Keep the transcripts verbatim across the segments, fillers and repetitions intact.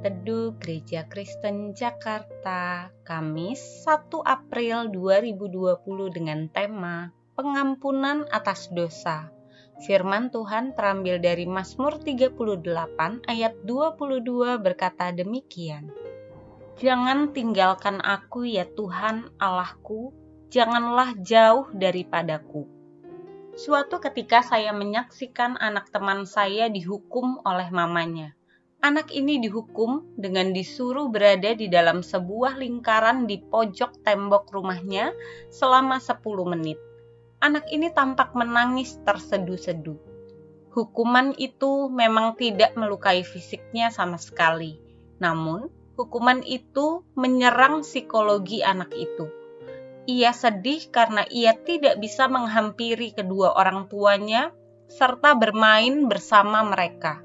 Teduh Gereja Kristen Jakarta, Kamis satu April dua ribu dua puluh dengan tema Pengampunan atas dosa. Firman Tuhan terambil dari Mazmur tiga puluh delapan ayat dua puluh dua berkata demikian. Jangan tinggalkan aku ya Tuhan Allahku, janganlah jauh daripadaku. Suatu ketika saya menyaksikan anak teman saya dihukum oleh mamanya. Anak ini dihukum dengan disuruh berada di dalam sebuah lingkaran di pojok tembok rumahnya selama sepuluh menit. Anak ini tampak menangis terseduh-seduh. Hukuman itu memang tidak melukai fisiknya sama sekali. Namun, hukuman itu menyerang psikologi anak itu. Ia sedih karena ia tidak bisa menghampiri kedua orang tuanya serta bermain bersama mereka.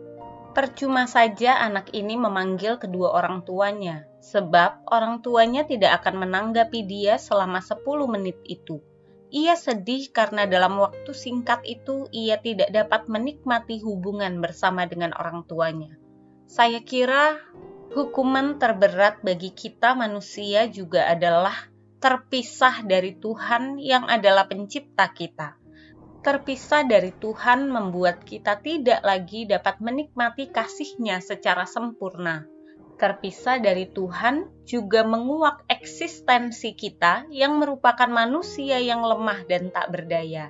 Percuma saja anak ini memanggil kedua orang tuanya, sebab orang tuanya tidak akan menanggapi dia selama sepuluh menit itu. Ia sedih karena dalam waktu singkat itu ia tidak dapat menikmati hubungan bersama dengan orang tuanya. Saya kira hukuman terberat bagi kita manusia juga adalah terpisah dari Tuhan yang adalah pencipta kita. Terpisah dari Tuhan membuat kita tidak lagi dapat menikmati kasih-Nya secara sempurna. Terpisah dari Tuhan juga menguak eksistensi kita yang merupakan manusia yang lemah dan tak berdaya.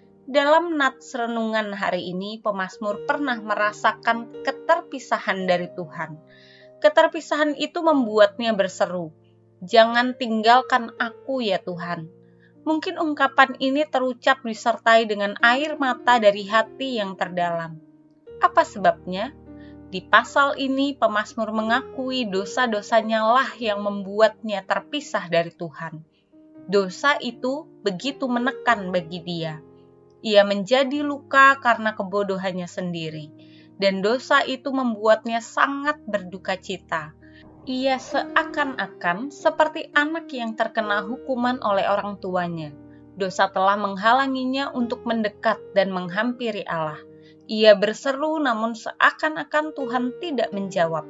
Dalam nats renungan hari ini, pemazmur pernah merasakan keterpisahan dari Tuhan. Keterpisahan itu membuatnya berseru, "Jangan tinggalkan aku ya Tuhan." Mungkin ungkapan ini terucap disertai dengan air mata dari hati yang terdalam. Apa sebabnya? Di pasal ini pemazmur mengakui dosa-dosanya lah yang membuatnya terpisah dari Tuhan. Dosa itu begitu menekan bagi dia. Ia menjadi luka karena kebodohannya sendiri, dan dosa itu membuatnya sangat berduka cita. Ia seakan-akan seperti anak yang terkena hukuman oleh orang tuanya. Dosa telah menghalanginya untuk mendekat dan menghampiri Allah. Ia berseru namun seakan-akan Tuhan tidak menjawab.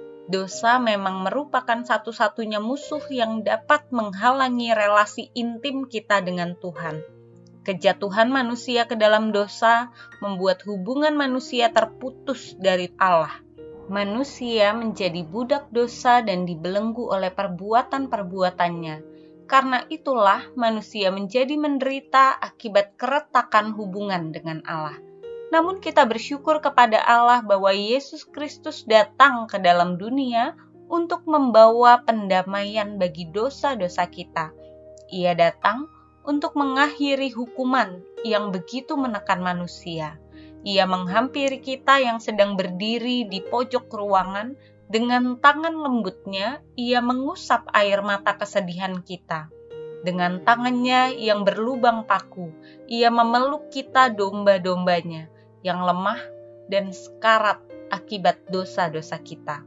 Dosa memang merupakan satu-satunya musuh yang dapat menghalangi relasi intim kita dengan Tuhan. Kejatuhan manusia ke dalam dosa membuat hubungan manusia terputus dari Allah. Manusia menjadi budak dosa dan dibelenggu oleh perbuatan-perbuatannya. Karena itulah manusia menjadi menderita akibat keretakan hubungan dengan Allah. Namun kita bersyukur kepada Allah bahwa Yesus Kristus datang ke dalam dunia untuk membawa pendamaian bagi dosa-dosa kita. Ia datang untuk mengakhiri hukuman yang begitu menekan manusia. Ia menghampiri kita yang sedang berdiri di pojok ruangan. Dengan tangan lembutnya, ia mengusap air mata kesedihan kita. Dengan tangannya yang berlubang paku, ia memeluk kita domba-dombanya yang lemah dan sekarat akibat dosa-dosa kita.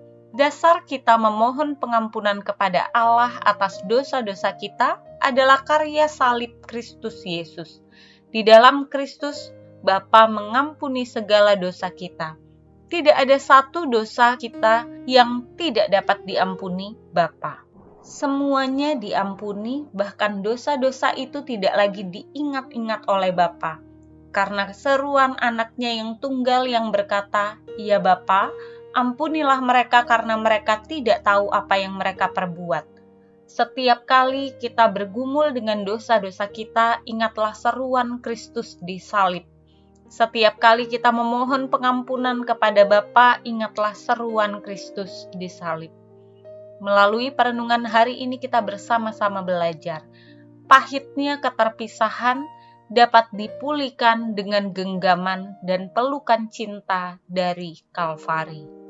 Dasar kita memohon pengampunan kepada Allah atas dosa-dosa kita adalah karya salib Kristus Yesus. Di dalam Kristus, Bapa mengampuni segala dosa kita. Tidak ada satu dosa kita yang tidak dapat diampuni Bapa. Semuanya diampuni, bahkan dosa-dosa itu tidak lagi diingat-ingat oleh Bapa. Karena seruan anaknya yang tunggal yang berkata, "Ya Bapa, ampunilah mereka karena mereka tidak tahu apa yang mereka perbuat." Setiap kali kita bergumul dengan dosa-dosa kita, ingatlah seruan Kristus di salib. Setiap kali kita memohon pengampunan kepada Bapa, ingatlah seruan Kristus di salib. Melalui perenungan hari ini kita bersama-sama belajar. Pahitnya keterpisahan dapat dipulihkan dengan genggaman dan pelukan cinta dari Kalvari.